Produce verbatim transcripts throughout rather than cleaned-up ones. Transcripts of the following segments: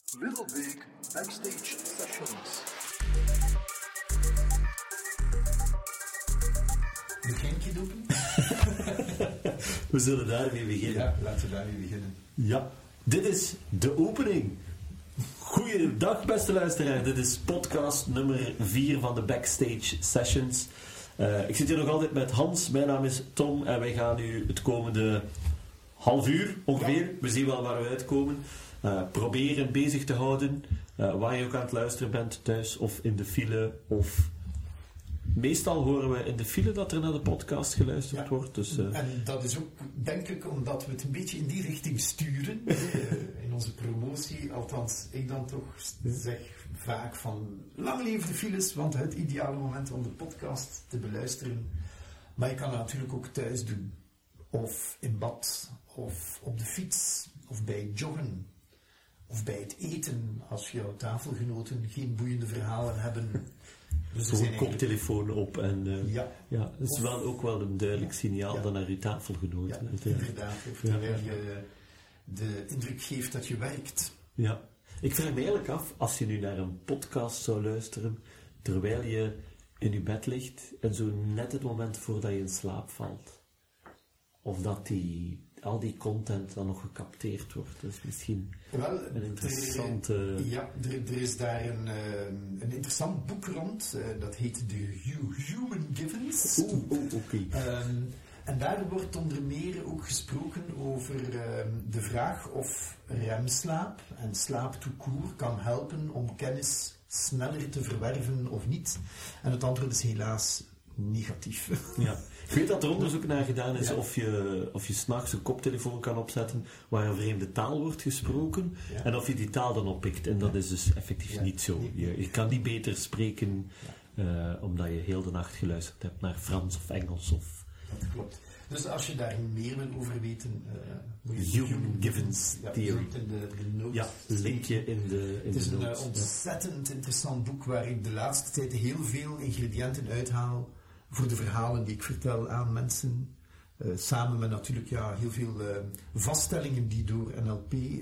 Middelbeek Backstage Sessions. Begin je doen? We zullen daarmee beginnen. Ja, laten we daarmee beginnen. Ja, dit is de opening. Goeiedag beste luisteraar, dit is podcast nummer vier van de Backstage Sessions. Uh, ik zit hier nog altijd met Hans, mijn naam is Tom en wij gaan nu het komende half uur ongeveer, ja. We zien wel waar we uitkomen, uh, proberen bezig te houden, uh, waar je ook aan het luisteren bent, thuis of in de file of... Meestal horen we in de file dat er naar de podcast geluisterd ja. wordt. Dus, uh... En dat is ook, denk ik, omdat we het een beetje in die richting sturen. uh, in onze promotie, althans, ik dan toch zeg vaak van lang leven de files, want het ideale moment om de podcast te beluisteren. Maar je kan het natuurlijk ook thuis doen. Of in bad, of op de fiets, of bij het joggen. Of bij het eten, als jouw tafelgenoten geen boeiende verhalen hebben. Dus voor een koptelefoon op en uh, ja. ja, dat is of, wel ook wel een duidelijk signaal ja. dan naar je tafelgenoten. Ja, inderdaad. Of terwijl ja. je de indruk geeft dat je werkt. Ja. Ik vraag me eigenlijk af, als je nu naar een podcast zou luisteren, terwijl je in je bed ligt en zo net het moment voordat je in slaap valt, of dat die... al die content dan nog gecapteerd wordt. Dat is misschien Wel, een interessante... Er, ja, er, er is daar een, een interessant boek rond. Uh, dat heet The Human Givens. Oeh, oeh, oké. Okay. Um, en daar wordt onder meer ook gesproken over um, de vraag of remslaap en slaap tout court kan helpen om kennis sneller te verwerven of niet. En het antwoord is helaas negatief. Ja. Ik weet dat er onderzoek naar gedaan is ja. of je, of je 's nachts een koptelefoon kan opzetten waar een vreemde taal wordt gesproken ja. en of je die taal dan oppikt. En dat ja. is dus effectief ja. niet zo. Je, je kan niet beter spreken ja. uh, omdat je heel de nacht geluisterd hebt naar Frans of Engels. Of... Dat klopt. Dus als je daar meer wil over weten, uh, moet je Human Givens ja, Theory. in de, de notes. Ja, linkje in de in Het is de een notes. uh, ontzettend ja. interessant boek waar ik de laatste tijd heel veel ingrediënten uithaal voor de verhalen die ik vertel aan mensen. Uh, samen met natuurlijk ja, heel veel uh, vaststellingen die door N L P uh,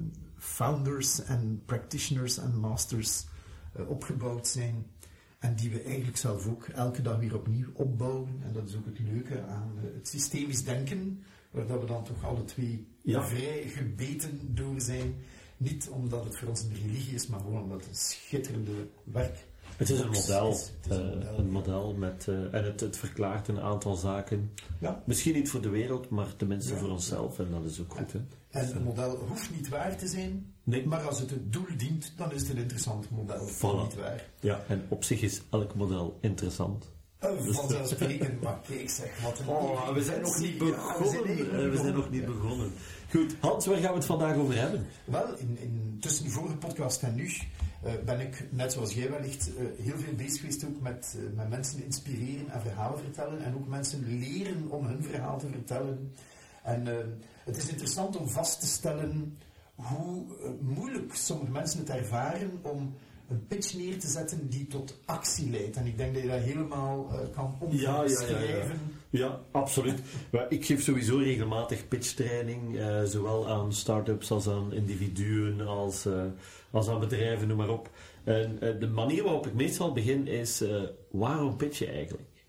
founders en practitioners en masters uh, opgebouwd zijn. En die we eigenlijk zelf ook elke dag weer opnieuw opbouwen. En dat is ook het leuke aan uh, het systemisch denken, waar dat we dan toch alle twee ja. vrij gebeten door zijn. Niet omdat het voor ons een religie is, maar gewoon omdat het een schitterende werk Het is een model, is, het is een, model. Uh, een model met, uh, en het, het verklaart een aantal zaken. Ja. Misschien niet voor de wereld, maar tenminste ja. voor onszelf. En dat is ook goed. Hè? En het model hoeft niet waar te zijn, nee. maar als het het doel dient, dan is het een interessant model. Voilà. Niet waar. Ja, en op zich is elk model interessant. Uh, vanzelfsprekend, maar kijk zeg, wat een oh, we zijn nog niet begonnen. Ja, we, zijn, we zijn nog niet ja. begonnen. Goed, Hans, waar gaan we het vandaag over hebben? Wel, in, in, tussen de vorige podcast en nu uh, ben ik, net zoals jij wellicht, uh, heel veel bezig geweest ook met, uh, met mensen inspireren en verhalen vertellen en ook mensen leren om hun verhaal te vertellen. En uh, het is interessant om vast te stellen hoe uh, moeilijk sommige mensen het ervaren om een pitch neer te zetten die tot actie leidt. En ik denk dat je dat helemaal uh, kan omschrijven. Ja, ja, ja, ja. ja, absoluut. Maar ik geef sowieso regelmatig pitchtraining, uh, zowel aan start-ups als aan individuen, als, uh, als aan bedrijven, noem maar op. En uh, de manier waarop ik meestal begin is, uh, waarom pitch je eigenlijk?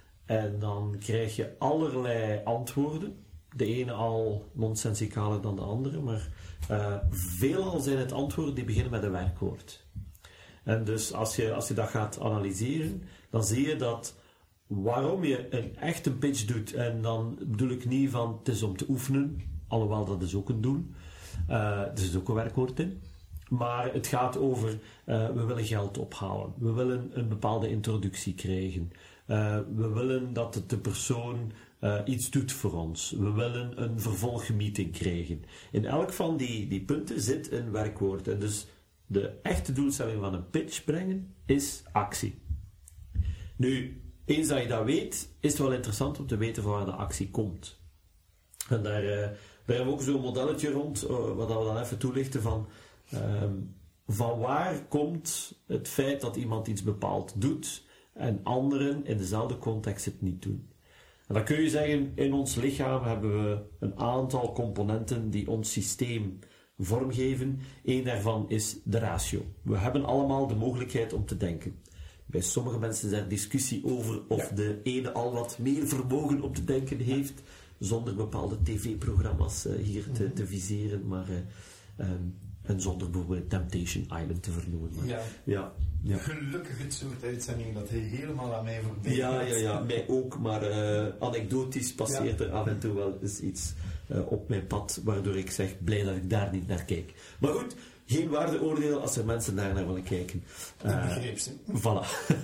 En dan krijg je allerlei antwoorden. De ene al nonsensicaler dan de andere, maar uh, veelal zijn het antwoorden die beginnen met een werkwoord. En dus als je, als je dat gaat analyseren, dan zie je dat waarom je een echte pitch doet, en dan bedoel ik niet van het is om te oefenen, alhoewel dat is ook een doel, uh, er zit ook een werkwoord in, maar het gaat over, uh, we willen geld ophalen, we willen een bepaalde introductie krijgen, uh, we willen dat de persoon uh, iets doet voor ons, we willen een vervolgmeeting krijgen. In elk van die, die punten zit een werkwoord, en dus de echte doelstelling van een pitch brengen is actie. Nu, eens dat je dat weet, is het wel interessant om te weten van waar de actie komt. En daar, uh, daar hebben we ook zo'n modelletje rond, uh, wat we dan even toelichten van, uh, van waar komt het feit dat iemand iets bepaald doet en anderen in dezelfde context het niet doen. En dan kun je zeggen, in ons lichaam hebben we een aantal componenten die ons systeem vormgeven. Eén daarvan is de ratio. We hebben allemaal de mogelijkheid om te denken. Bij sommige mensen is er discussie over of ja. de ene al wat meer vermogen om te denken heeft, zonder bepaalde tv-programma's uh, hier te, te viseren, maar uh, um, en zonder bijvoorbeeld Temptation Island te vernoemen. Maar, ja. Ja, ja. Gelukkig het soort uitzending dat hij helemaal aan mij voorbij Ja, ja, ja, mij ook, maar uh, anekdotisch passeert ja. er af en toe wel eens iets uh, op mijn pad, waardoor ik zeg, blij dat ik daar niet naar kijk. Maar goed, geen waardeoordeel als er mensen daar naar willen kijken. Uh, dat begreep ze. Voilà.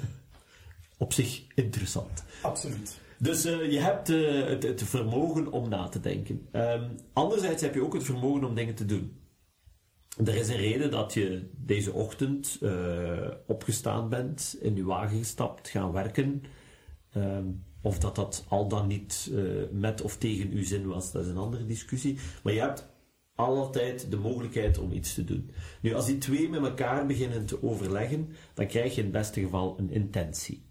Op zich interessant. Absoluut. Dus uh, je hebt uh, het, het vermogen om na te denken. Um, anderzijds heb je ook het vermogen om dingen te doen. Er is een reden dat je deze ochtend uh, opgestaan bent, in je wagen gestapt, gaan werken. Um, of dat dat al dan niet uh, met of tegen uw zin was, dat is een andere discussie. Maar je hebt altijd de mogelijkheid om iets te doen. Nu, als die twee met elkaar beginnen te overleggen, dan krijg je in het beste geval een intentie.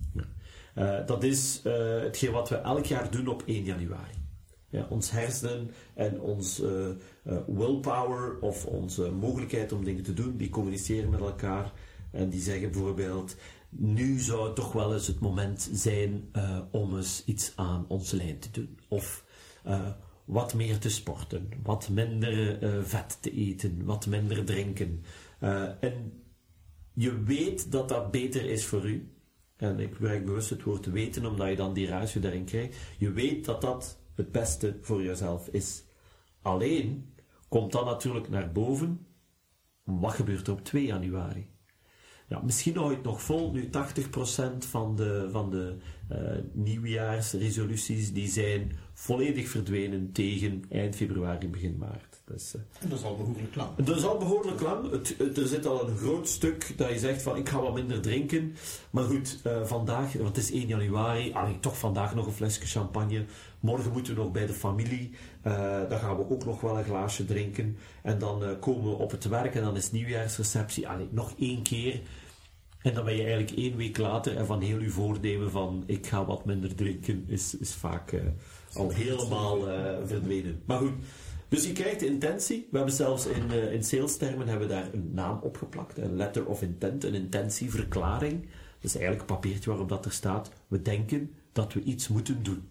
Uh, dat is uh, hetgeen wat we elk jaar doen op één januari. Ja, ons hersenen en ons uh, uh, willpower of onze mogelijkheid om dingen te doen, die communiceren met elkaar en die zeggen bijvoorbeeld, nu zou het toch wel eens het moment zijn uh, om eens iets aan onze lijn te doen. Of uh, wat meer te sporten, wat minder uh, vet te eten, wat minder drinken. Uh, en je weet dat dat beter is voor u. En ik gebruik bewust het woord weten, omdat je dan die ratio daarin krijgt. Je weet dat dat het beste voor jezelf is. Alleen komt dan natuurlijk naar boven, wat gebeurt er op twee januari? Ja, misschien hou je het nog vol, nu tachtig procent van de, van de uh, nieuwjaarsresoluties die zijn volledig verdwenen tegen eind februari, begin maart. Dus, uh, en dat is al behoorlijk lang. Dat is al behoorlijk lang. Het, het, er zit al een groot stuk dat je zegt van ik ga wat minder drinken. Maar goed, uh, vandaag, want het is één januari, allee, toch vandaag nog een flesje champagne. Morgen moeten we nog bij de familie. Uh, dan gaan we ook nog wel een glaasje drinken. En dan uh, komen we op het werk en dan is nieuwjaarsreceptie. Allee, nog één keer. En dan ben je eigenlijk één week later en van heel je voornemen van ik ga wat minder drinken is, is vaak uh, al helemaal uh, verdwenen. Maar goed, dus je krijgt de intentie. We hebben zelfs in, uh, in salestermen hebben we daar een naam opgeplakt. Een letter of intent, een intentieverklaring. Dat is eigenlijk een papiertje waarop dat er staat. We denken dat we iets moeten doen.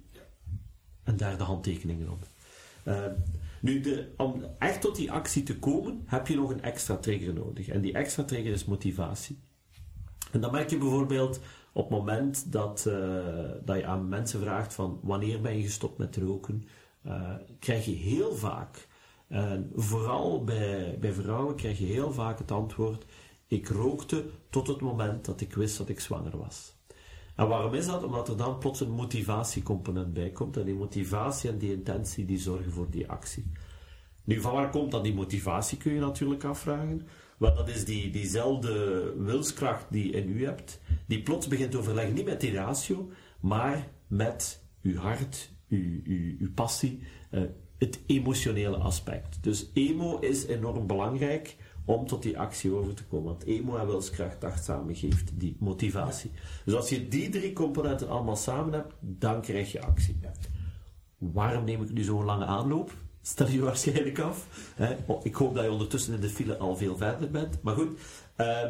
En daar de handtekeningen op. Uh, nu, de, om echt tot die actie te komen, heb je nog een extra trigger nodig. En die extra trigger is motivatie. En dan merk je bijvoorbeeld op het moment dat, uh, dat je aan mensen vraagt van wanneer ben je gestopt met roken, uh, krijg je heel vaak, uh, vooral bij, bij vrouwen, krijg je heel vaak het antwoord, ik rookte tot het moment dat ik wist dat ik zwanger was. En waarom is dat? Omdat er dan plots een motivatiecomponent bij komt. En die motivatie en die intentie die zorgen voor die actie. Nu, van waar komt dan die motivatie, kun je natuurlijk afvragen. Want dat is die, diezelfde wilskracht die je in u hebt, die plots begint te overleggen, niet met die ratio, maar met uw hart, uw, uw, uw passie, uh, het emotionele aspect. Dus emo is enorm belangrijk om tot die actie over te komen. Want emo en wilskracht, dat samen geeft die motivatie. Ja. Dus als je die drie componenten allemaal samen hebt, dan krijg je actie. Ja. Waarom neem ik nu zo'n lange aanloop? Stel je waarschijnlijk af. Hè? Oh, ik hoop dat je ondertussen in de file al veel verder bent. Maar goed, uh,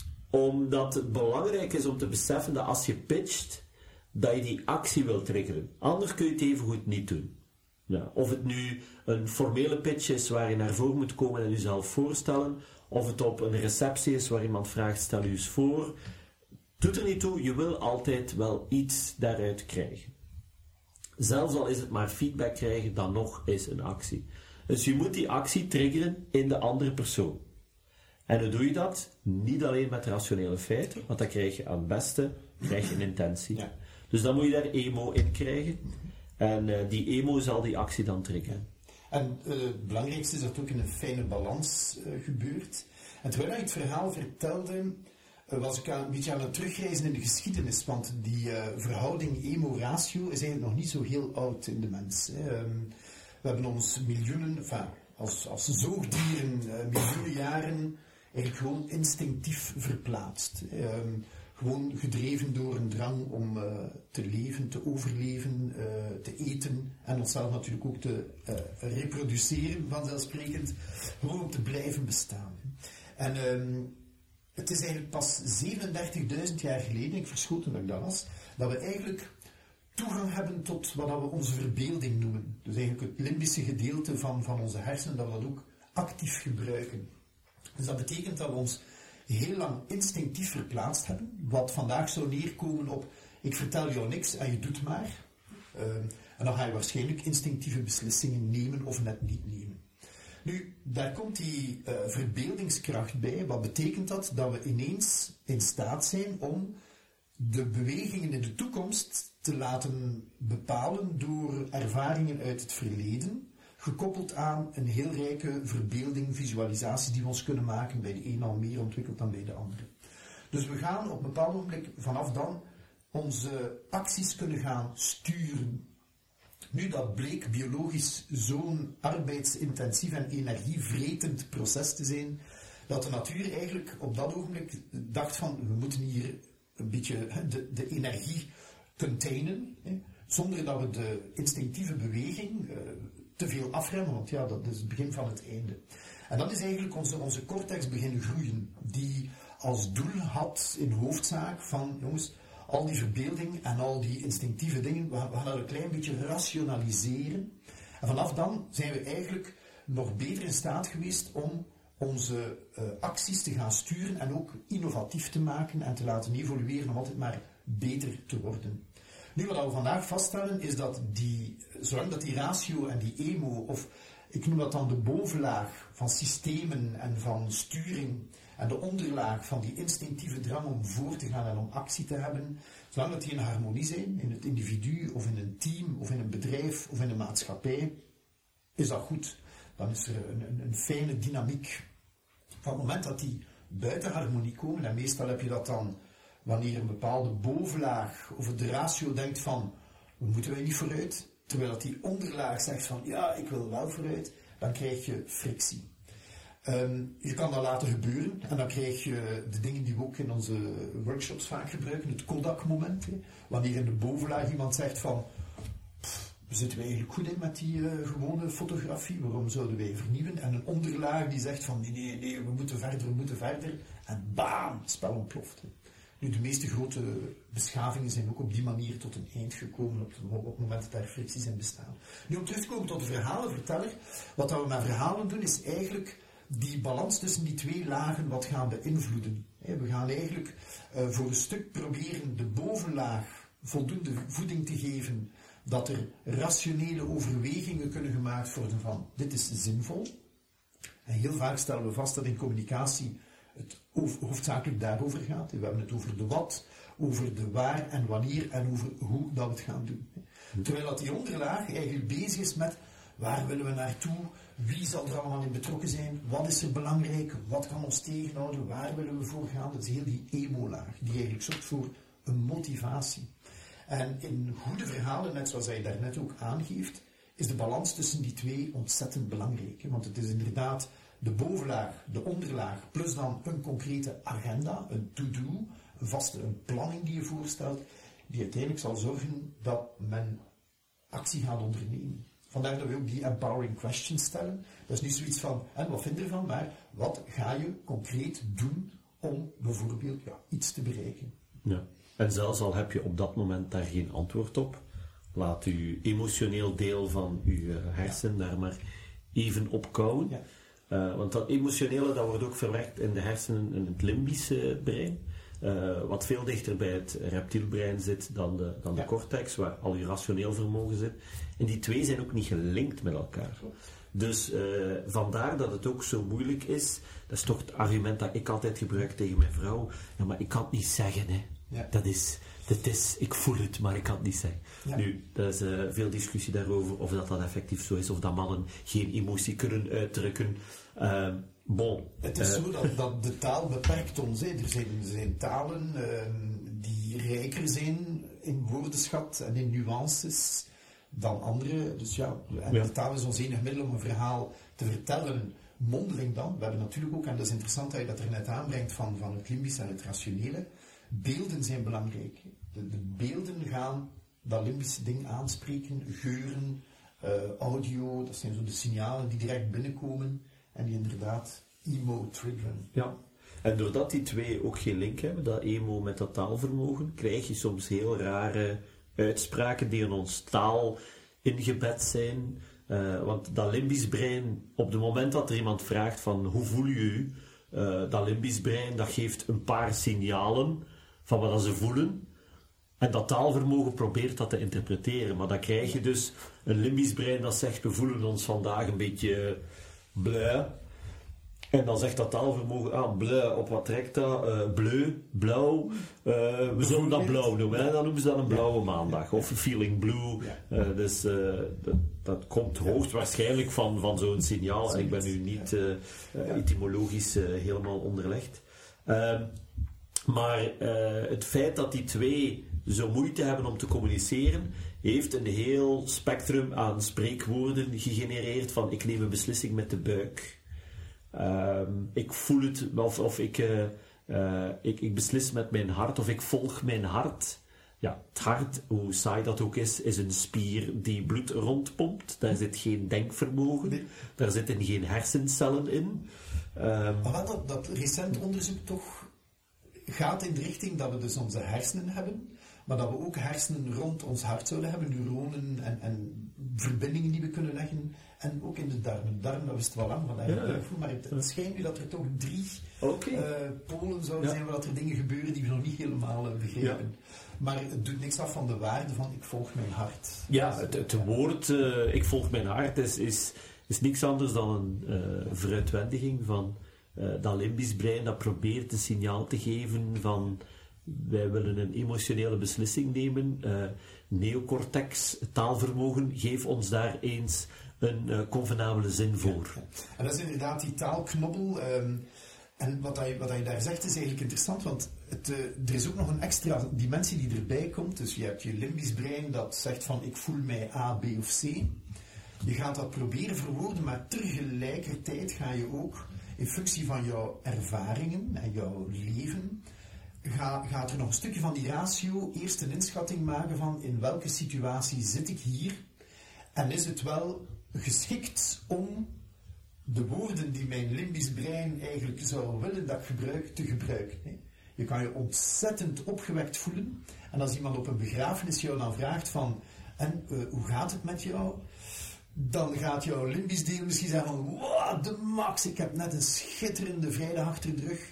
omdat het belangrijk is om te beseffen dat als je pitcht, dat je die actie wilt triggeren. Anders kun je het even goed niet doen. Ja, of het nu een formele pitch is waar je naar voren moet komen en jezelf voorstellen, of het op een receptie is waar iemand vraagt, stel je eens voor. Doet er niet toe, je wil altijd wel iets daaruit krijgen. Zelfs al is het maar feedback krijgen, dan nog is een actie. Dus je moet die actie triggeren in de andere persoon. En hoe doe je dat? Niet alleen met rationele feiten, want dan krijg je aan het beste krijg je een intentie. Ja. Dus dan moet je daar emo in krijgen. En uh, die emo zal die actie dan triggeren. En uh, het belangrijkste is dat het ook in een fijne balans uh, gebeurt. En terwijl ik het verhaal vertelde, uh, was ik aan, een beetje aan het terugreizen in de geschiedenis. Want die uh, verhouding emo-ratio is eigenlijk nog niet zo heel oud in de mens. Hè. Um, we hebben ons miljoenen, enfin, als, als zoogdieren, uh, miljoenen jaren eigenlijk gewoon instinctief verplaatst. Um, gewoon gedreven door een drang om uh, te leven, te overleven, uh, te eten en onszelf natuurlijk ook te uh, reproduceren, vanzelfsprekend, gewoon om te blijven bestaan. En um, het is eigenlijk pas zevenendertigduizend jaar geleden, ik verschoot toen ik dat las, dat we eigenlijk toegang hebben tot wat we onze verbeelding noemen. Dus eigenlijk het limbische gedeelte van, van onze hersenen, dat we dat ook actief gebruiken. Dus dat betekent dat we ons heel lang instinctief verplaatst hebben, wat vandaag zou neerkomen op ik vertel jou niks en je doet maar. Uh, en dan ga je waarschijnlijk instinctieve beslissingen nemen of net niet nemen. Nu, daar komt die uh, verbeeldingskracht bij. Wat betekent dat? Dat we ineens in staat zijn om de bewegingen in de toekomst te laten bepalen door ervaringen uit het verleden, gekoppeld aan een heel rijke verbeelding, visualisatie die we ons kunnen maken, bij de een al meer ontwikkeld dan bij de andere. Dus we gaan op een bepaald moment vanaf dan onze acties kunnen gaan sturen. Nu, dat bleek biologisch zo'n arbeidsintensief en energievretend proces te zijn, dat de natuur eigenlijk op dat ogenblik dacht van, we moeten hier een beetje de, de energie containen, hè, zonder dat we de instinctieve beweging uh, te veel afremmen, want ja, dat is het begin van het einde. En dat is eigenlijk onze, onze cortex beginnen groeien, die als doel had in hoofdzaak van, jongens, al die verbeelding en al die instinctieve dingen, we gaan dat een klein beetje rationaliseren. En vanaf dan zijn we eigenlijk nog beter in staat geweest om onze uh, acties te gaan sturen en ook innovatief te maken en te laten evolueren om altijd maar beter te worden. Nu, wat we vandaag vaststellen is dat die, zolang dat die ratio en die emo, of ik noem dat dan de bovenlaag van systemen en van sturing, en de onderlaag van die instinctieve drang om voor te gaan en om actie te hebben, zolang dat die in harmonie zijn, in het individu, of in een team, of in een bedrijf, of in een maatschappij, is dat goed. Dan is er een, een, een fijne dynamiek. Van het moment dat die buiten harmonie komen, en meestal heb je dat dan wanneer een bepaalde bovenlaag, of de ratio denkt van, we moeten wij niet vooruit, terwijl dat die onderlaag zegt van, ja, ik wil wel vooruit, dan krijg je frictie. Um, je kan dat laten gebeuren en dan krijg je de dingen die we ook in onze workshops vaak gebruiken, het Kodak-moment. Hè, wanneer in de bovenlaag iemand zegt van, pff, zitten we eigenlijk goed in met die uh, gewone fotografie, waarom zouden wij vernieuwen? En een onderlaag die zegt van, nee, nee, nee, we moeten verder, we moeten verder. En bam, het spel ontploft. Hè. Nu, de meeste grote beschavingen zijn ook op die manier tot een eind gekomen op het, op het moment dat daar fricties in bestaan. Nu, om terug te komen tot de verhalenverteller, wat we met verhalen doen, is eigenlijk die balans tussen die twee lagen wat gaan beïnvloeden. We gaan eigenlijk uh, voor een stuk proberen de bovenlaag voldoende voeding te geven, dat er rationele overwegingen kunnen gemaakt worden van dit is zinvol. En heel vaak stellen we vast dat in communicatie het hoofdzakelijk daarover gaat. We hebben het over de wat, over de waar en wanneer en over hoe dat we het gaan doen. Terwijl dat die onderlaag eigenlijk bezig is met waar willen we naartoe, wie zal er allemaal in betrokken zijn, wat is er belangrijk, wat kan ons tegenhouden, waar willen we voor gaan. Dat is heel die emo-laag, die eigenlijk zorgt voor een motivatie. En in goede verhalen, net zoals hij daarnet ook aangeeft, is de balans tussen die twee ontzettend belangrijk. Want het is inderdaad de bovenlaag, de onderlaag, plus dan een concrete agenda, een to-do, een vaste een planning die je voorstelt, die uiteindelijk zal zorgen dat men actie gaat ondernemen. Vandaar dat we ook die empowering questions stellen. Dat is niet zoiets van, en wat vind je ervan, maar wat ga je concreet doen om bijvoorbeeld ja, iets te bereiken. Ja. En zelfs al heb je op dat moment daar geen antwoord op, laat uw emotioneel deel van uw hersen ja. daar maar even op kouwen. Ja. Uh, want dat emotionele dat wordt ook verwerkt in de hersenen in het limbische brein. Uh, wat veel dichter bij het reptielbrein zit dan de, dan de ja. cortex, waar al je rationeel vermogen zit. En die twee zijn ook niet gelinkt met elkaar. Dus uh, vandaar dat het ook zo moeilijk is. Dat is toch het argument dat ik altijd gebruik tegen mijn vrouw. Ja, maar ik kan het niet zeggen, hè. Ja. Dat is, dat is, ik voel het, maar ik kan het niet zeggen. Ja. Nu, er is uh, veel discussie daarover of dat dat effectief zo is, of dat mannen geen emotie kunnen uitdrukken. Uh, bon. Het is uh, zo dat, dat de taal beperkt ons. Hè. Er, zijn, er zijn talen uh, die rijker zijn in woordenschat en in nuances dan andere. Dus ja, en ja. de taal is ons enig middel om een verhaal te vertellen. Mondeling dan. We hebben natuurlijk ook, en dat is interessant dat je dat er net aanbrengt van, van het limbische en het rationele. beelden zijn belangrijk. De, de beelden gaan dat limbische ding aanspreken, geuren, uh, audio, dat zijn zo de signalen die direct binnenkomen en die inderdaad emo triggeren. Ja. En doordat die twee ook geen link hebben, dat emo met dat taalvermogen, krijg je soms heel rare uitspraken die in ons taal ingebed zijn. Uh, want dat limbisch brein, op het moment dat er iemand vraagt van hoe voel je je, uh, dat limbisch brein, dat geeft een paar signalen van wat ze voelen. En dat taalvermogen probeert dat te interpreteren. Maar dan krijg je dus een limbisch brein dat zegt, we voelen ons vandaag een beetje bleu. En dan zegt dat taalvermogen, ah, bleu, op wat trekt dat? Uh, bleu, blauw. Uh, we zullen dat blauw noemen. Hè? Dan noemen ze dat een blauwe maandag. Of feeling blue. Uh, dus uh, dat, dat komt hoogstwaarschijnlijk van, van zo'n signaal. En ik ben nu niet uh, uh, etymologisch uh, helemaal onderlegd. Uh, maar uh, het feit dat die twee zo moeite hebben om te communiceren, heeft een heel spectrum aan spreekwoorden gegenereerd van ik neem een beslissing met de buik. Um, ik voel het, of, of ik, uh, uh, ik, ik beslis met mijn hart, of ik volg mijn hart. Ja, het hart, hoe saai dat ook is, is een spier die bloed rondpompt. Daar zit geen denkvermogen, nee. Daar zitten geen hersencellen in. Um, maar dat, dat recent onderzoek toch gaat in de richting dat we dus onze hersenen hebben, maar dat we ook hersenen rond ons hart zouden hebben, neuronen en, en verbindingen die we kunnen leggen. En ook in de darmen. De darmen, dat wist wel lang van eigenlijk. Ja, ja. Maar het, het schijnt nu dat er toch drie okay. uh, polen zouden ja. zijn waar dat er dingen gebeuren die we nog niet helemaal uh, begrijpen. Ja. Maar het doet niks af van de waarde van ik volg mijn hart. Ja, het, het woord uh, ik volg mijn hart is, is, is niks anders dan een uh, veruitwendiging van uh, dat limbisch brein dat probeert een signaal te geven van wij willen een emotionele beslissing nemen. Uh, neocortex, taalvermogen, geef ons daar eens een uh, convenabele zin voor. Ja, ja. En dat is inderdaad die taalknobbel. Um, en wat je, wat je daar zegt is eigenlijk interessant, want het, uh, er is ook nog een extra dimensie die erbij komt. Dus je hebt je limbisch brein dat zegt van ik voel mij A, B of C. Je gaat dat proberen verwoorden, maar tegelijkertijd ga je ook in functie van jouw ervaringen en jouw leven, ga, gaat er nog een stukje van die ratio eerst een inschatting maken van in welke situatie zit ik hier en is het wel geschikt om de woorden die mijn limbisch brein eigenlijk zou willen dat ik gebruik, te gebruiken. Je kan je ontzettend opgewekt voelen en als iemand op een begrafenis jou dan vraagt van en uh, hoe gaat het met jou? Dan gaat jouw limbisch deel misschien zeggen van wow, de max, ik heb net een schitterende vrijdag achter de rug,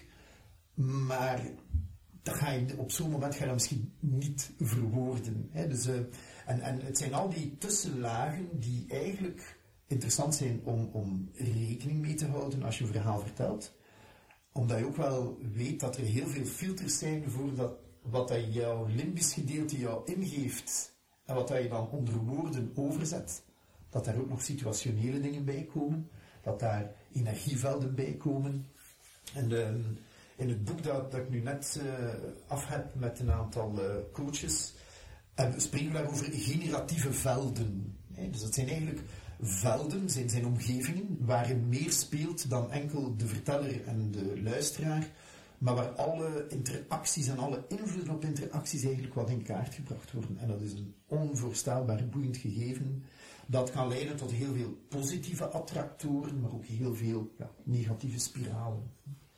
maar dat ga je, op zo'n moment ga je dat misschien niet verwoorden. Hè? Dus, uh, en, en het zijn al die tussenlagen die eigenlijk interessant zijn om, om rekening mee te houden als je een verhaal vertelt. Omdat je ook wel weet dat er heel veel filters zijn voor dat, wat dat jouw limbisch gedeelte jou ingeeft en wat dat je dan onder woorden overzet. Dat daar ook nog situationele dingen bij komen. Dat daar energievelden bij komen. En uh, in het boek dat, dat ik nu net uh, af heb met een aantal uh, coaches, uh, spreken we daar over generatieve velden. Hè? Dus dat zijn eigenlijk velden, zijn, zijn omgevingen, waarin meer speelt dan enkel de verteller en de luisteraar, maar waar alle interacties en alle invloeden op interacties eigenlijk wat in kaart gebracht worden. En dat is een onvoorstelbaar boeiend gegeven. Dat kan leiden tot heel veel positieve attractoren, maar ook heel veel ja, negatieve spiralen.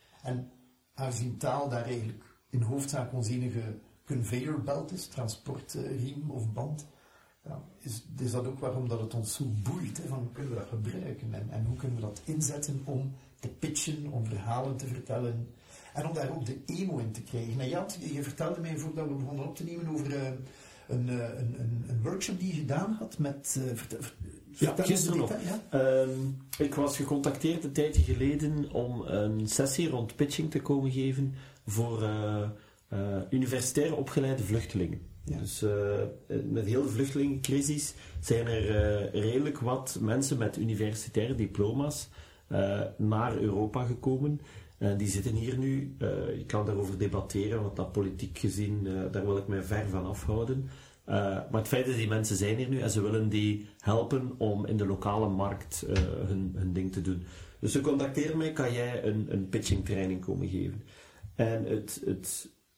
En aangezien taal daar eigenlijk in hoofdzaak onze enige conveyor belt is, transportriem of band, ja, is, is dat ook waarom dat het ons zo boeit, hè, van hoe kunnen we dat gebruiken en, en hoe kunnen we dat inzetten om te pitchen, om verhalen te vertellen en om daar ook de emo in te krijgen. En Jan, je vertelde mij voordat we begonnen op te nemen over uh, een, uh, een, een, een workshop die je gedaan had met... Uh, vertel, ja, gisteren nog. Ja? Um, ik was gecontacteerd een tijdje geleden om een sessie rond pitching te komen geven voor uh, uh, universitair opgeleide vluchtelingen. Ja. Dus uh, met heel de vluchtelingencrisis zijn er uh, redelijk wat mensen met universitaire diploma's uh, naar Europa gekomen. Uh, die zitten hier nu. Uh, ik kan daarover debatteren, want dat politiek gezien, uh, daar wil ik mij ver van afhouden. Uh, maar het feit is, die mensen zijn hier nu en ze willen die helpen om in de lokale markt uh, hun, hun ding te doen. Dus ze contacteren mij, kan jij een, een pitching training komen geven? En het, het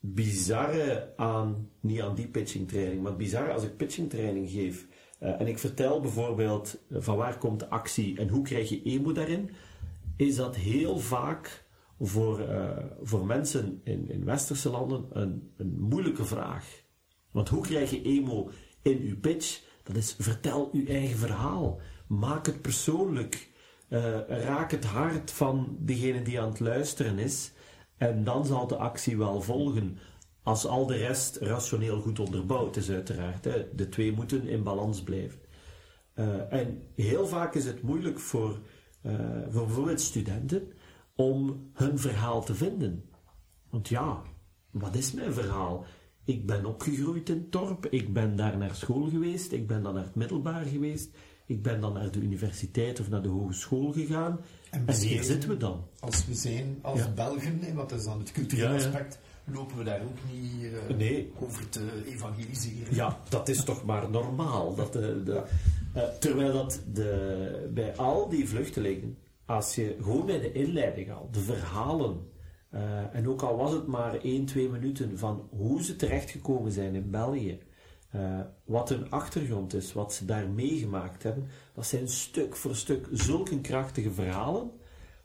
bizarre aan, niet aan die pitching training, maar het bizarre als ik pitching training geef uh, en ik vertel bijvoorbeeld uh, van waar komt de actie en hoe krijg je emo daarin, is dat heel vaak voor, uh, voor mensen in, in westerse landen een, een moeilijke vraag. Want hoe krijg je emo in uw pitch? Dat is, vertel uw eigen verhaal. Maak het persoonlijk. Uh, raak het hart van degene die aan het luisteren is. En dan zal de actie wel volgen. Als al de rest rationeel goed onderbouwd is uiteraard. Hè. De twee moeten in balans blijven. Uh, en heel vaak is het moeilijk voor, uh, voor bijvoorbeeld studenten om hun verhaal te vinden. Want ja, wat is mijn verhaal? Ik ben opgegroeid in het dorp, ik ben daar naar school geweest, ik ben dan naar het middelbaar geweest, ik ben dan naar de universiteit of naar de hogeschool gegaan. En, en hier zitten we dan. Als we zijn als ja. Belgen, wat is dan het culturele ja, ja. aspect, lopen we daar ook niet uh, nee. over te evangeliseren. Ja, dat is toch maar normaal. Dat de, de, uh, terwijl dat de, bij al die vluchtelingen, als je gewoon bij de inleiding al, de verhalen, uh, en ook al was het maar één, twee minuten van hoe ze terechtgekomen zijn in België, uh, wat hun achtergrond is, wat ze daar meegemaakt hebben, dat zijn stuk voor stuk zulke krachtige verhalen,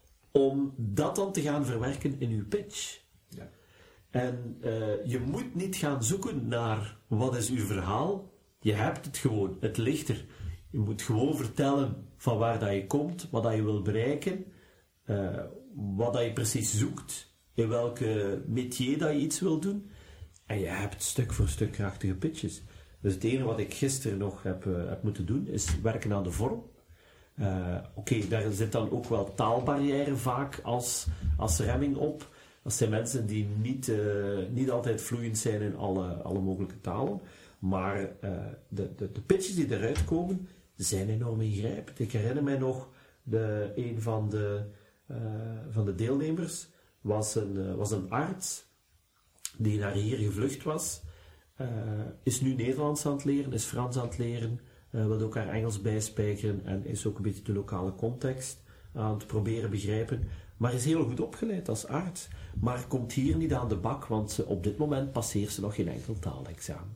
om dat dan te gaan verwerken in uw pitch. Ja. En uh, je moet niet gaan zoeken naar wat is uw verhaal, je hebt het gewoon, het ligt er. Je moet gewoon vertellen van waar dat je komt, wat dat je wil bereiken, uh, wat dat je precies zoekt, in welke métier dat je iets wil doen. En je hebt stuk voor stuk krachtige pitches. Dus het enige wat ik gisteren nog heb, uh, heb moeten doen, is werken aan de vorm. Uh, Oké, okay, daar zit dan ook wel taalbarrière vaak als, als remming op. Dat zijn mensen die niet, uh, niet altijd vloeiend zijn in alle, alle mogelijke talen. Maar uh, de, de, de pitches die eruit komen, zijn enorm ingrijpend. Ik herinner mij nog, de, een van de, uh, van de deelnemers was een, uh, was een arts die naar hier gevlucht was. Uh, is nu Nederlands aan het leren, is Frans aan het leren, uh, wil ook haar Engels bijspijkeren en is ook een beetje de lokale context aan het proberen begrijpen. Maar is heel goed opgeleid als arts. Maar komt hier niet aan de bak, want ze, op dit moment passeert ze nog geen enkel taalexamen.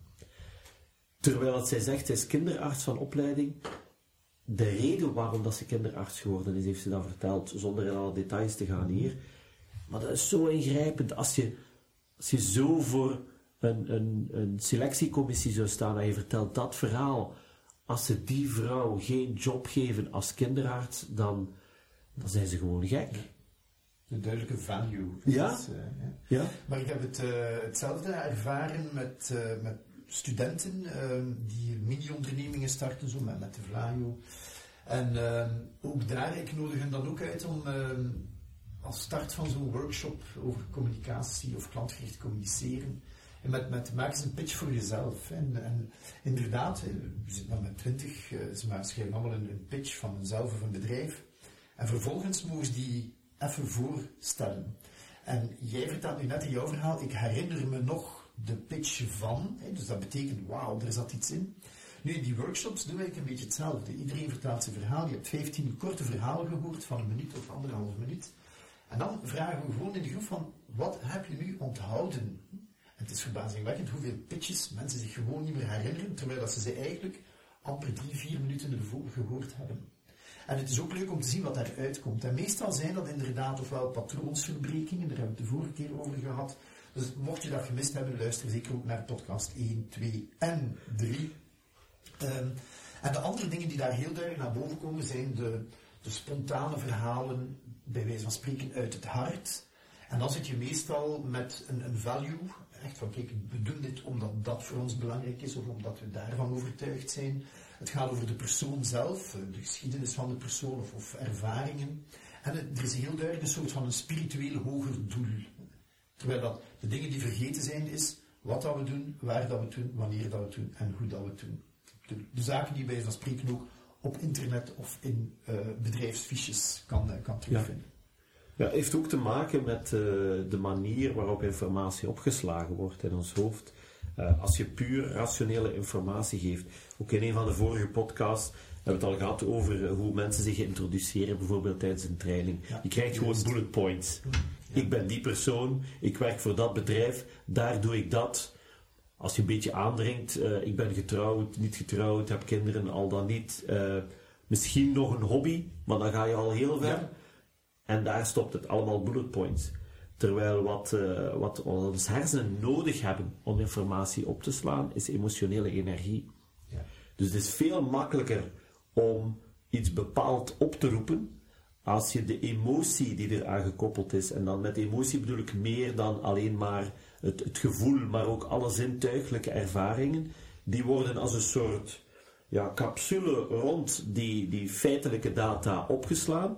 Terwijl het zij zegt, zij is kinderarts van opleiding. De reden waarom dat ze kinderarts geworden is, heeft ze dan verteld, zonder in alle details te gaan hier. Maar dat is zo ingrijpend. Als je, als je zo voor een, een, een selectiecommissie zou staan en je vertelt dat verhaal, als ze die vrouw geen job geven als kinderarts, dan, dan zijn ze gewoon gek. De duidelijke value. Ja. Is, uh, ja. ja. Maar ik heb het, uh, hetzelfde ervaren met, uh, met studenten uh, die mini-ondernemingen starten, zo met, met de Vlaio. En uh, ook daar, ik nodig hen dan ook uit om uh, als start van zo'n workshop over communicatie of klantgericht communiceren, en met, met maak eens een pitch voor jezelf. En, en inderdaad, we zitten dan met twintig, uh, ze schrijven allemaal een, een pitch van eenzelf of een bedrijf. En vervolgens mogen ze die even voorstellen. En jij vertelt nu net in jouw verhaal, ik herinner me nog de pitch van, hè, dus dat betekent, wauw, er zat iets in. Nu, in die workshops doen wij een beetje hetzelfde. Iedereen vertelt zijn verhaal, je hebt vijftien korte verhalen gehoord van een minuut of anderhalf minuut. En dan vragen we gewoon in de groep van, wat heb je nu onthouden? En het is verbazingwekkend hoeveel pitches mensen zich gewoon niet meer herinneren, terwijl dat ze ze eigenlijk amper drie, vier minuten ervoor gehoord hebben. En het is ook leuk om te zien wat daaruit komt. En meestal zijn dat inderdaad ofwel patroonsverbrekingen, daar hebben we het de vorige keer over gehad. Dus mocht je dat gemist hebben, luister zeker ook naar podcast één, twee en drie. Um, en de andere dingen die daar heel duidelijk naar boven komen, zijn de, de spontane verhalen, bij wijze van spreken, uit het hart. En dan zit je meestal met een, een value, echt van kijk, we doen dit omdat dat voor ons belangrijk is, of omdat we daarvan overtuigd zijn. Het gaat over de persoon zelf, de geschiedenis van de persoon of, of ervaringen. En het, er is heel duidelijk een soort van een spiritueel hoger doel. Terwijl dat de dingen die vergeten zijn is wat dat we doen, waar dat we het doen, wanneer dat we het doen en hoe dat we het doen. De, de zaken die wij van spreken ook op internet of in uh, bedrijfsfiches kan, uh, kan terugvinden. Ja, het heeft ook te maken met uh, de manier waarop informatie opgeslagen wordt in ons hoofd. Uh, als je puur rationele informatie geeft. Ook in een van de vorige podcasts hebben we het al gehad over uh, hoe mensen zich introduceren, bijvoorbeeld tijdens een training. Ja, je krijgt gewoon bullet points. Ik ben die persoon, ik werk voor dat bedrijf, daar doe ik dat. Als je een beetje aandringt, uh, ik ben getrouwd, niet getrouwd, heb kinderen, al dan niet. Uh, misschien nog een hobby, maar dan ga je al heel ver. Ja. En daar stopt het, allemaal bullet points. Terwijl wat, uh, wat onze hersenen nodig hebben om informatie op te slaan, is emotionele energie. Ja. Dus het is veel makkelijker om iets bepaald op te roepen, als je de emotie die eraan gekoppeld is, en dan met emotie bedoel ik meer dan alleen maar het, het gevoel, maar ook alle zintuigelijke ervaringen, die worden als een soort ja, capsule rond die, die feitelijke data opgeslaan.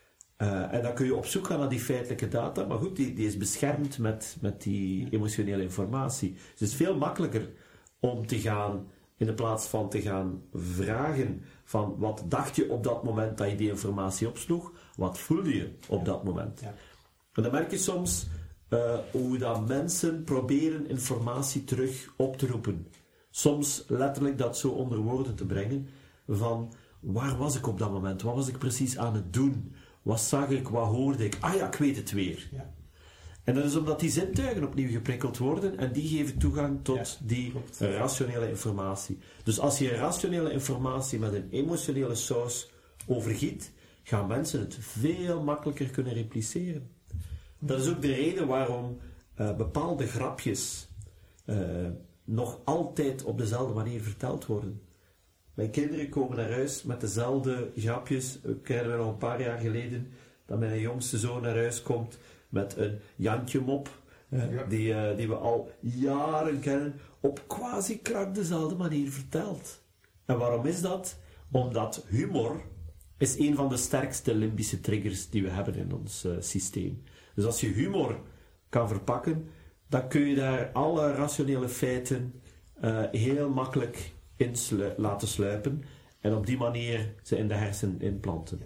Uh, en dan kun je op zoek gaan naar die feitelijke data, maar goed, die, die is beschermd met, met die emotionele informatie. Dus het is veel makkelijker om te gaan, in de plaats van te gaan vragen van wat dacht je op dat moment dat je die informatie opsloeg, wat voelde je op dat moment. Ja. En dan merk je soms uh, hoe dat mensen proberen informatie terug op te roepen. Soms letterlijk dat zo onder woorden te brengen van waar was ik op dat moment, wat was ik precies aan het doen, wat zag ik, wat hoorde ik, ah ja, ik weet het weer. Ja. En dat is omdat die zintuigen opnieuw geprikkeld worden en die geven toegang tot ja, die klopt. rationele informatie. Dus als je rationele informatie met een emotionele saus overgiet, gaan mensen het veel makkelijker kunnen repliceren. Dat is ook de reden waarom uh, bepaalde grapjes uh, nog altijd op dezelfde manier verteld worden. Mijn kinderen komen naar huis met dezelfde grapjes. We krijgen nog een paar jaar geleden dat mijn jongste zoon naar huis komt met een Jantje mop, uh, ja. die, uh, die we al jaren kennen, op quasi krak dezelfde manier verteld. En waarom is dat? Omdat humor is een van de sterkste limbische triggers die we hebben in ons uh, systeem. Dus als je humor kan verpakken, dan kun je daar alle rationele feiten uh, heel makkelijk in slu- laten sluipen en op die manier ze in de hersenen inplanten.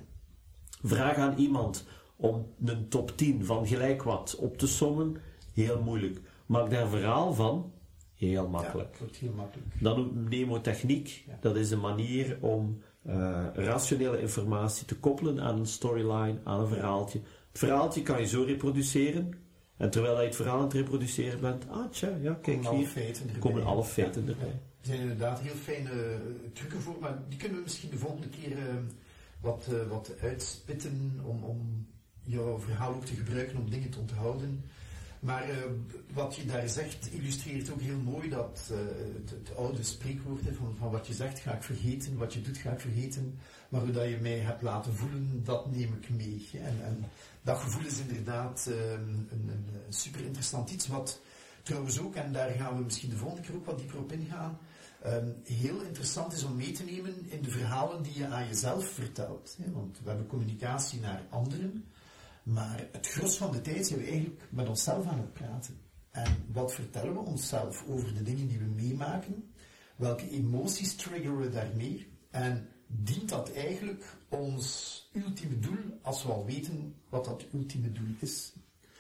Vraag aan iemand om een top tien van gelijk wat op te sommen, heel moeilijk. Maak daar een verhaal van, heel makkelijk. Ja, heel makkelijk. Dan ook mnemotechniek, ja. Dat is een manier om uh, rationele informatie te koppelen aan een storyline, aan een verhaaltje. Het verhaaltje kan je zo reproduceren, en terwijl je het verhaal aan het reproduceren bent, ah tja, ja, kijk komen hier, alle feiten erbij. komen alle feiten ja. erbij. Er zijn inderdaad heel fijne uh, trucken voor, maar die kunnen we misschien de volgende keer uh, wat, uh, wat uitspitten om, om jouw verhaal ook te gebruiken om dingen te onthouden. Maar uh, wat je daar zegt illustreert ook heel mooi dat uh, het, het oude spreekwoord van, van wat je zegt ga ik vergeten, wat je doet ga ik vergeten, maar hoe dat je mij hebt laten voelen, dat neem ik mee. En, en dat gevoel is inderdaad uh, een, een, een super interessant iets, wat trouwens ook, en daar gaan we misschien de volgende keer ook wat dieper op ingaan, um, heel interessant is om mee te nemen in de verhalen die je aan jezelf vertelt. Hè? Want we hebben communicatie naar anderen, maar het gros van de tijd zijn we eigenlijk met onszelf aan het praten. En wat vertellen we onszelf over de dingen die we meemaken? Welke emoties triggeren we daarmee? En dient dat eigenlijk ons ultieme doel, als we al weten wat dat ultieme doel is?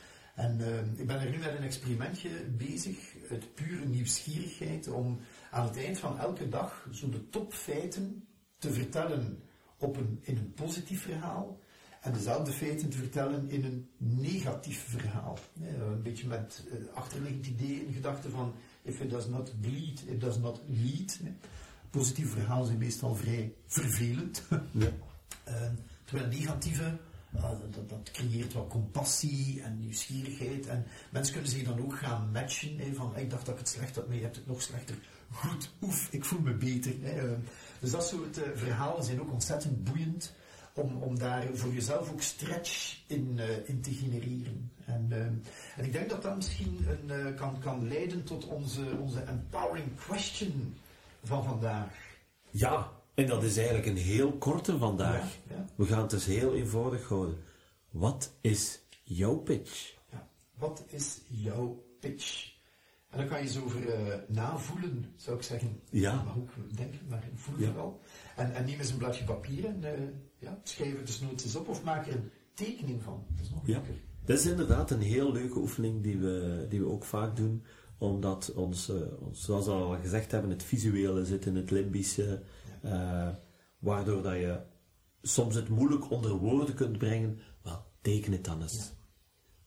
En uh, ik ben er nu met een experimentje bezig, uit pure nieuwsgierigheid, om aan het eind van elke dag zo de topfeiten te vertellen op een, in een positief verhaal, en dezelfde feiten te vertellen in een negatief verhaal. Ja, een beetje met uh, achterliggend idee in gedachten van if it does not bleed, it does not lead. Ja. Positieve verhalen zijn meestal vrij vervelend. Ja. uh, terwijl negatieve, uh, dat, dat creëert wat compassie en nieuwsgierigheid. En mensen kunnen zich dan ook gaan matchen. Hè, van ik dacht dat ik het slecht had, maar je hebt het nog slechter. Goed, oef, ik voel me beter. Hè. Uh, dus dat soort uh, verhalen zijn ook ontzettend boeiend. Om, om daar voor jezelf ook stretch in, uh, in te genereren. En, uh, en ik denk dat dat misschien een, uh, kan, kan leiden tot onze, onze empowering question van vandaag. Ja, en dat is eigenlijk een heel korte vandaag. Ja, ja. We gaan het dus heel eenvoudig houden. Wat is jouw pitch? Ja, wat is jouw pitch? En dan kan je eens over uh, navoelen, zou ik zeggen. Ja. Maar ook denken, maar voel je ja. wel. En, en neem eens een bladje papier en uh, ja, schrijf het dus nooit eens op of maak er een tekening van. Dat is nog ja. leuker. Dat is inderdaad een heel leuke oefening die we, die we ook vaak doen. Omdat ons, uh, ons, zoals we al gezegd hebben, het visuele zit in het limbische. Ja. Uh, waardoor dat je soms het moeilijk onder woorden kunt brengen. Wel, teken het dan eens. Ja.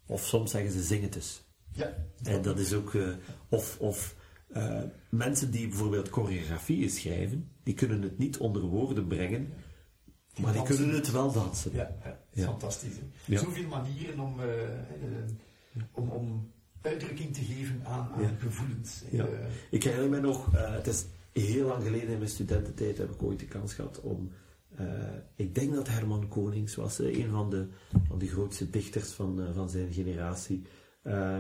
Of soms zeggen ze zing het eens. Ja. En dat is ook... Uh, of of uh, mensen die bijvoorbeeld choreografieën schrijven, die kunnen het niet onder woorden brengen, maar die kunnen het wel dansen. Ja, ja. Ja. Fantastisch. Hè? Ja. Zoveel manieren om, uh, uh, om, om uitdrukking te geven aan, aan Ja. gevoelens. Ja. Uh, Ik herinner me nog, uh, het is heel lang geleden in mijn studententijd heb ik ooit de kans gehad om... Uh, ik denk dat Herman Konings was, uh, een van de, van de grootste dichters van, uh, van zijn generatie. Uh,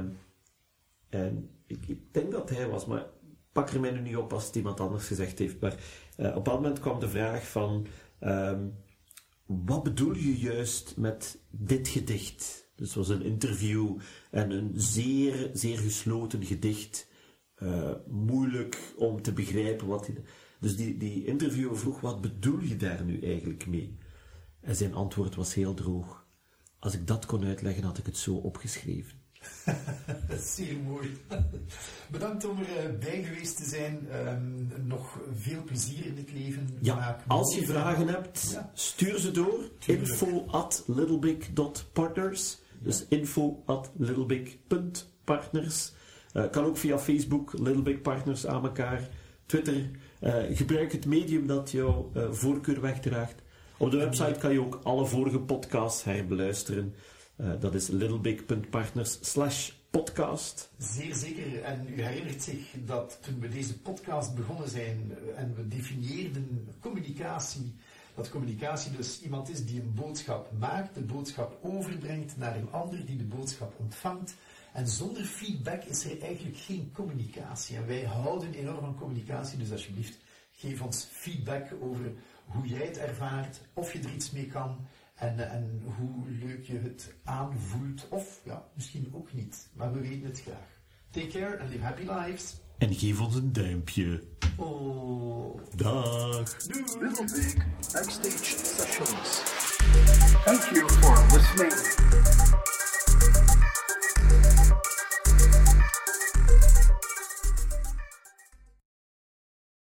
en ik, ik denk dat hij was, maar pak er mij nu niet op als het iemand anders gezegd heeft. Maar uh, op een bepaald moment kwam de vraag van... Um, wat bedoel je juist met dit gedicht? Dus het was een interview en een zeer, zeer gesloten gedicht. Uh, moeilijk om te begrijpen wat hij... Dus die, die interviewer vroeg, wat bedoel je daar nu eigenlijk mee? En zijn antwoord was heel droog. Als ik dat kon uitleggen, had ik het zo opgeschreven. Dat is zeer mooi. Bedankt om erbij geweest te zijn. Um, nog veel plezier in het leven. Ja, Maak als je mooie vragen hebt, ja. stuur ze door. Tuurlijk. info at littlebig dot partners. Dus info at littlebig dot partners. Uh, kan ook via Facebook, Little Big Partners aan elkaar. Twitter. Uh, gebruik het medium dat jouw uh, voorkeur wegdraagt. Op de website kan je ook alle vorige podcasts herbeluisteren. Uh, dat is littlebig dot partners slash podcast. Zeer zeker. En u herinnert zich dat toen we deze podcast begonnen zijn en we definieerden communicatie, dat communicatie dus iemand is die een boodschap maakt, de boodschap overbrengt naar een ander die de boodschap ontvangt. En zonder feedback is er eigenlijk geen communicatie. En wij houden enorm van communicatie, dus alsjeblieft geef ons feedback over hoe jij het ervaart, of je er iets mee kan en, en hoe leuk je het aanvoelt, of ja, misschien ook niet. Maar we weten het graag. Take care and live happy lives. En geef ons een duimpje. Oh. Dag. Little Big Backstage Sessions. Thank you for listening.